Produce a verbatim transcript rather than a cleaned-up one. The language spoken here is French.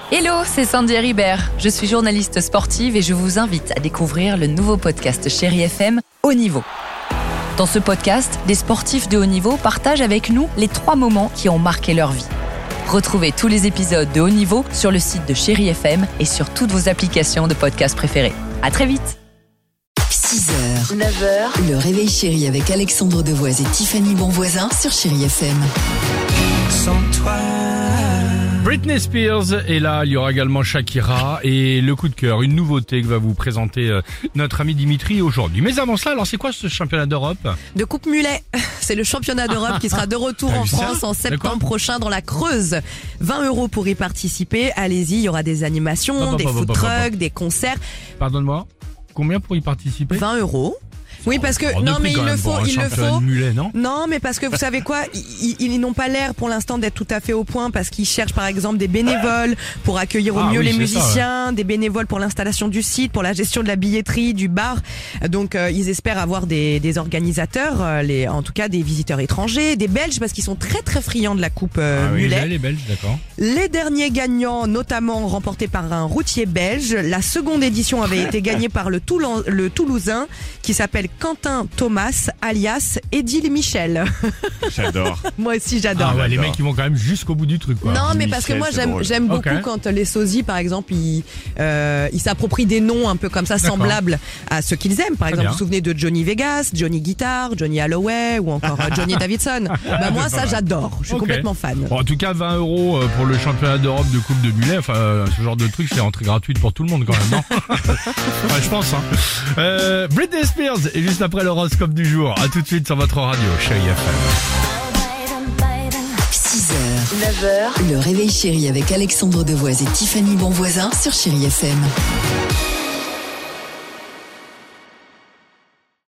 Hello, c'est Sandy Ribert. Je suis journaliste sportive et je vous invite à découvrir le nouveau podcast Chérie F M, Haut Niveau. Dans ce podcast, des sportifs de haut niveau partagent avec nous les trois moments qui ont marqué leur vie. Retrouvez tous les épisodes de Haut Niveau sur le site de Chérie F M et sur toutes vos applications de podcast préférées. À très vite. six heures, neuf heures, le réveil chéri avec Alexandre Devoise et Tiffany Bonvoisin sur Chérie F M. Sans toi. Britney Spears est là, il y aura également Shakira et le coup de cœur, une nouveauté que va vous présenter euh, notre ami Dimitri aujourd'hui. Mais avant cela, alors c'est quoi ce championnat d'Europe ? De coupe mulet, c'est le championnat d'Europe qui sera de retour T'as en vu ça ? France en septembre D'accord. prochain dans la Creuse. vingt euros pour y participer, allez-y, il y aura des animations, Hop, hop, des hop, food hop, hop, hop. trucks, des concerts. Pardonne-moi, combien pour y participer ? vingt euros. Oui, parce que, Hors de non, prix mais il quand le même faut, pour un il le championnat faut. de mulet, non ? Non, mais parce que vous savez quoi, ils, ils, ils n'ont pas l'air pour l'instant d'être tout à fait au point parce qu'ils cherchent par exemple des bénévoles pour accueillir au Ah mieux oui, les c'est musiciens, des bénévoles pour l'installation du site, pour la gestion de la billetterie, du bar. Donc euh, ils espèrent avoir des, des organisateurs, euh, les, en tout cas des visiteurs étrangers, des Belges parce qu'ils sont très très friands de la coupe euh, Ah oui, mulet. là, les Belges, d'accord. Les derniers gagnants, notamment remportés par un routier belge. La seconde édition avait été gagnée par le, Toulon, le Toulousain qui s'appelle Quentin Thomas, alias Edil Michel. J'adore. Moi aussi j'adore. Ah ouais, les J'adore. mecs ils vont quand même jusqu'au bout du truc, quoi. Non, mais parce que Michel, moi c'est j'aime drôle. j'aime beaucoup Ok. quand les sosies par exemple ils euh, ils s'approprient des noms un peu comme ça D'accord. semblables à ceux qu'ils aiment. Par Très exemple, bien. vous vous souvenez de Johnny Vegas, Johnny Guitar, Johnny Holloway ou encore euh, Johnny Davidson. Bah moi C'est pas ça mal. j'adore. Je suis Ok. complètement fan. Bon, en tout cas, vingt euros euh, pour le championnat d'Europe de coupe de mulet, enfin, euh, ce genre de truc, c'est entrée gratuite pour tout le monde quand même, non? Enfin, je pense, hein. Euh, Britney Spears, et juste après l'horoscope du jour. À tout de suite sur votre radio, Chérie F M. six heures, neuf heures, le réveil chéri avec Alexandre Devoise et Tiffany Bonvoisin sur Chérie F M.